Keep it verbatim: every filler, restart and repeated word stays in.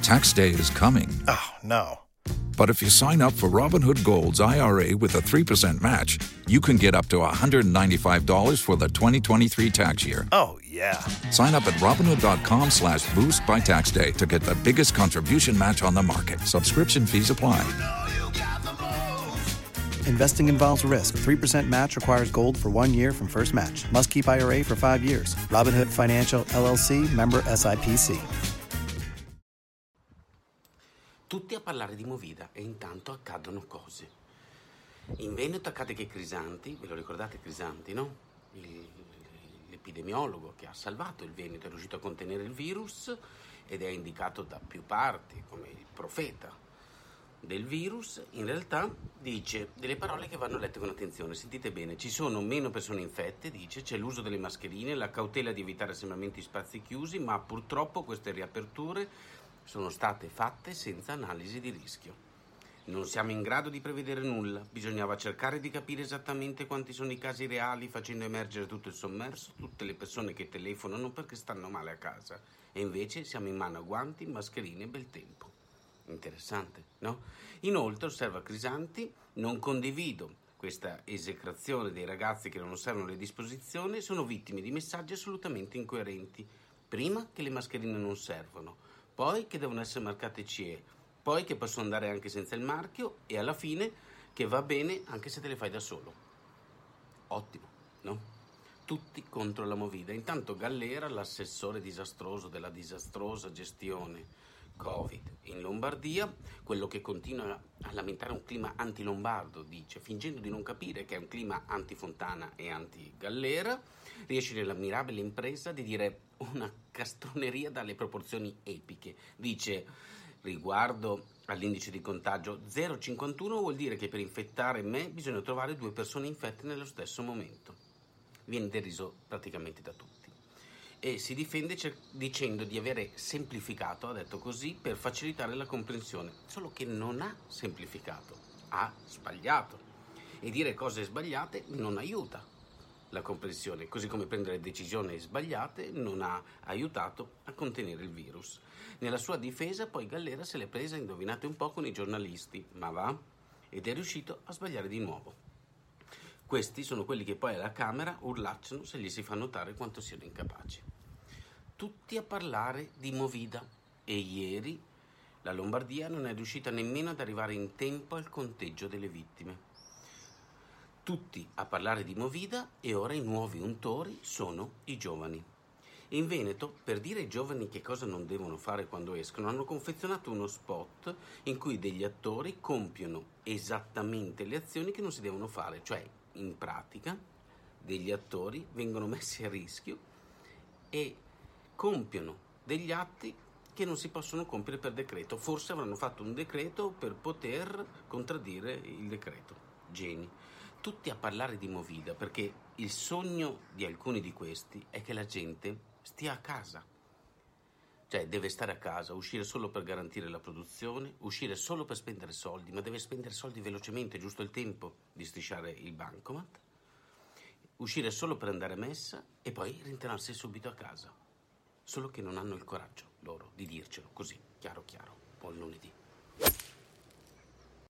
Tax day is coming. Oh, no. But if you sign up for Robinhood Gold's I R A with a three percent match, you can get up to one hundred ninety-five dollars for the twenty twenty-three tax year. Oh, yeah. Sign up at Robinhood.com slash boost by tax day to get the biggest contribution match on the market. Subscription fees apply. Investing involves risk. three percent match requires gold for one year from first match. Must keep I R A for five years. Robinhood Financial, L L C, member S I P C. Tutti a parlare di Movida e intanto accadono cose. In Veneto accade che Crisanti, ve lo ricordate Crisanti, no? Il, l'epidemiologo che ha salvato il Veneto, è riuscito a contenere il virus ed è indicato da più parti come il profeta del virus, in realtà dice delle parole che vanno lette con attenzione. Sentite bene: ci sono meno persone infette, dice, c'è l'uso delle mascherine, la cautela di evitare assembramenti in spazi chiusi, ma purtroppo queste riaperture sono state fatte senza analisi di rischio. Non siamo in grado di prevedere nulla, bisognava cercare di capire esattamente quanti sono i casi reali, facendo emergere tutto il sommerso, tutte le persone che telefonano perché stanno male a casa, e invece siamo in mano a guanti, mascherine e bel tempo. Interessante, no? Inoltre, osserva Crisanti, non condivido questa esecrazione dei ragazzi che non osservano le disposizioni, sono vittime di messaggi assolutamente incoerenti. Prima che le mascherine non servono, poi che devono essere marcate C E, poi che possono andare anche senza il marchio e alla fine che va bene anche se te le fai da solo. Ottimo, no? Tutti contro la Movida. Intanto Gallera, l'assessore disastroso della disastrosa gestione Covid in Lombardia, quello che continua a lamentare un clima anti-lombardo, dice, fingendo di non capire che è un clima anti-Fontana e anti-Gallera, riesce nell'ammirabile impresa di dire una castroneria dalle proporzioni epiche. Dice, riguardo all'indice di contagio zero virgola cinquantuno, vuol dire che per infettare me bisogna trovare due persone infette nello stesso momento. Viene deriso praticamente da tutti. E si difende cer- dicendo di avere semplificato, ha detto così, per facilitare la comprensione. Solo che non ha semplificato, ha sbagliato. E dire cose sbagliate non aiuta la comprensione, così come prendere decisioni sbagliate non ha aiutato a contenere il virus. Nella sua difesa poi Gallera se l'è presa, indovinate un po', con i giornalisti, ma va, ed è riuscito a sbagliare di nuovo. Questi sono quelli che poi alla Camera urlacciano se gli si fa notare quanto siano incapaci. Tutti a parlare di Movida e ieri la Lombardia non è riuscita nemmeno ad arrivare in tempo al conteggio delle vittime. Tutti a parlare di Movida e ora i nuovi untori sono i giovani. In Veneto, per dire ai giovani che cosa non devono fare quando escono, hanno confezionato uno spot in cui degli attori compiono esattamente le azioni che non si devono fare, cioè in pratica degli attori vengono messi a rischio e compiono degli atti che non si possono compiere per decreto. Forse avranno fatto un decreto per poter contraddire il decreto. Geni. Tutti a parlare di Movida, perché il sogno di alcuni di questi è che la gente stia a casa. Cioè deve stare a casa, uscire solo per garantire la produzione, uscire solo per spendere soldi, ma deve spendere soldi velocemente, giusto il tempo di strisciare il bancomat, uscire solo per andare a messa e poi rintanarsi subito a casa. Solo che non hanno il coraggio loro di dircelo così, chiaro chiaro, buon lunedì.